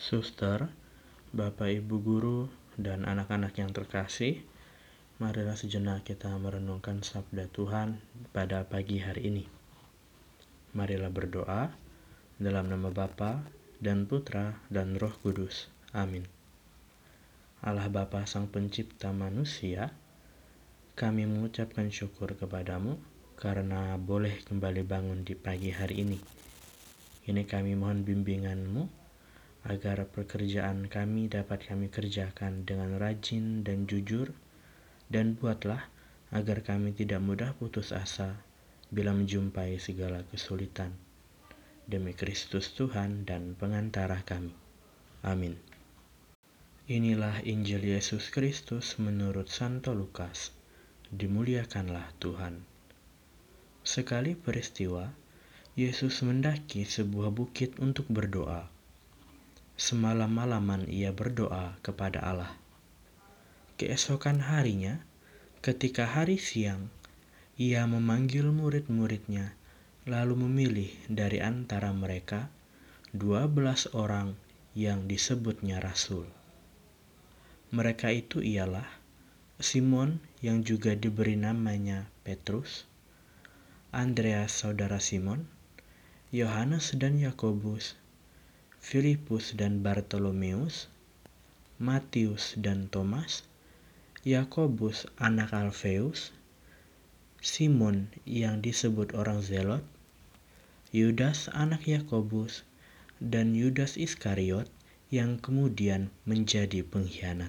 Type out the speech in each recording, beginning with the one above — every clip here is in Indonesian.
Suster, Bapak Ibu Guru, dan anak-anak yang terkasih, marilah sejenak kita merenungkan sabda Tuhan pada pagi hari ini. Marilah berdoa dalam nama Bapa dan Putra dan Roh Kudus. Amin. Allah Bapa Sang Pencipta manusia, kami mengucapkan syukur kepadamu karena boleh kembali bangun di pagi hari ini. Ini kami mohon bimbingan-Mu agar pekerjaan kami dapat kami kerjakan dengan rajin dan jujur, dan buatlah agar kami tidak mudah putus asa bila menjumpai segala kesulitan. Demi Kristus Tuhan dan pengantara kami. Amin. Inilah Injil Yesus Kristus menurut Santo Lukas. Dimuliakanlah Tuhan. Sekali peristiwa, Yesus mendaki sebuah bukit untuk berdoa. Semalam-malaman ia berdoa kepada Allah. Keesokan harinya, ketika hari siang, ia memanggil murid-muridnya, lalu memilih dari antara mereka 12 orang yang disebutnya rasul. Mereka itu ialah Simon yang juga diberi namanya Petrus, Andreas saudara Simon, Yohanes dan Yakobus, Filipus dan Bartolomeus, Matius dan Thomas, Yakobus anak Alfeus, Simon yang disebut orang Zelot, Yudas anak Yakobus, dan Yudas Iskariot yang kemudian menjadi pengkhianat.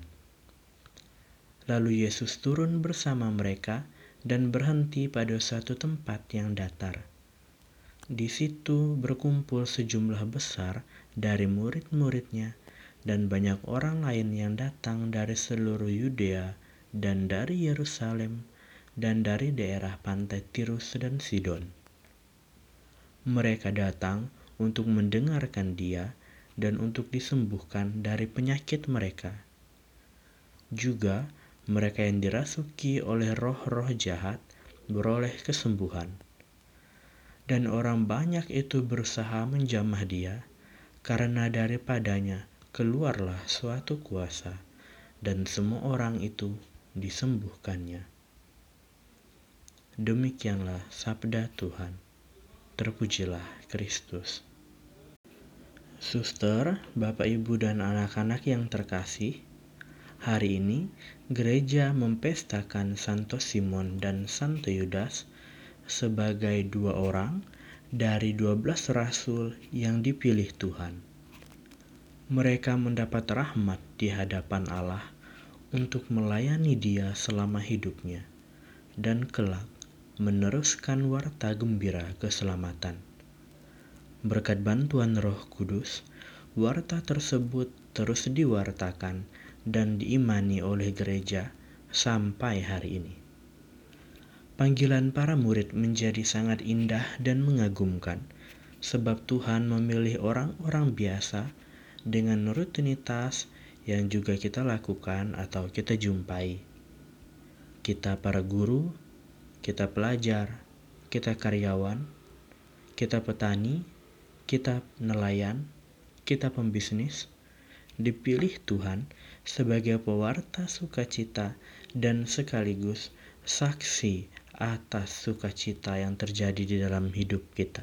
Lalu Yesus turun bersama mereka dan berhenti pada suatu tempat yang datar. Di situ berkumpul sejumlah besar dari murid-muridnya dan banyak orang lain yang datang dari seluruh Yudea dan dari Yerusalem dan dari daerah pantai Tirus dan Sidon. Mereka datang untuk mendengarkan Dia dan untuk disembuhkan dari penyakit mereka. Juga mereka yang dirasuki oleh roh-roh jahat beroleh kesembuhan. Dan orang banyak itu berusaha menjamah Dia, karena daripadanya keluarlah suatu kuasa, dan semua orang itu disembuhkannya. Demikianlah sabda Tuhan. Terpujilah Kristus. Suster, Bapak Ibu dan anak-anak yang terkasih, hari ini gereja mempestakan Santo Simon dan Santo Yudas sebagai 2 orang dari 12 rasul yang dipilih Tuhan. Mereka mendapat rahmat di hadapan Allah untuk melayani Dia selama hidupnya dan kelak meneruskan warta gembira keselamatan. Berkat bantuan Roh Kudus, warta tersebut terus diwartakan dan diimani oleh gereja sampai hari ini. Panggilan para murid menjadi sangat indah dan mengagumkan, sebab Tuhan memilih orang-orang biasa dengan rutinitas yang juga kita lakukan atau kita jumpai. Kita para guru, kita pelajar, kita karyawan, kita petani, kita nelayan, kita pembisnis, dipilih Tuhan sebagai pewarta sukacita dan sekaligus saksi atas sukacita yang terjadi di dalam hidup kita.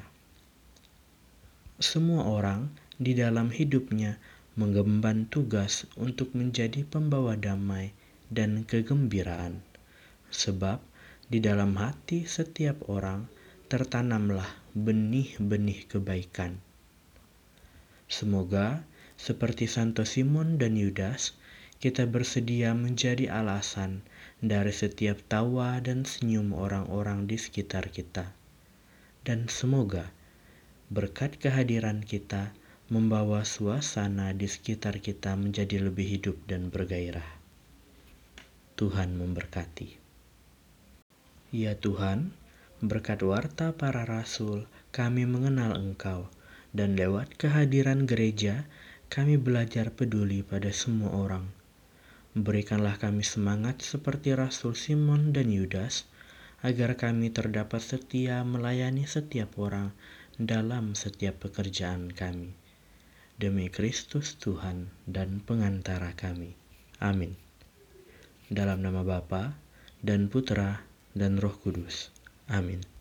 Semua orang di dalam hidupnya mengemban tugas untuk menjadi pembawa damai dan kegembiraan, sebab di dalam hati setiap orang tertanamlah benih-benih kebaikan. Semoga seperti Santo Simon dan Yudas, kita bersedia menjadi alasan dari setiap tawa dan senyum orang-orang di sekitar kita. Dan semoga berkat kehadiran kita membawa suasana di sekitar kita menjadi lebih hidup dan bergairah. Tuhan memberkati. Ya Tuhan, berkat warta para rasul kami mengenal Engkau, dan lewat kehadiran gereja kami belajar peduli pada semua orang. Berikanlah kami semangat seperti Rasul Simon dan Yudas, agar kami terdapat setia melayani setiap orang dalam setiap pekerjaan kami. demi Kristus Tuhan dan pengantara kami. Amin. Dalam nama Bapa dan Putra dan Roh Kudus. Amin.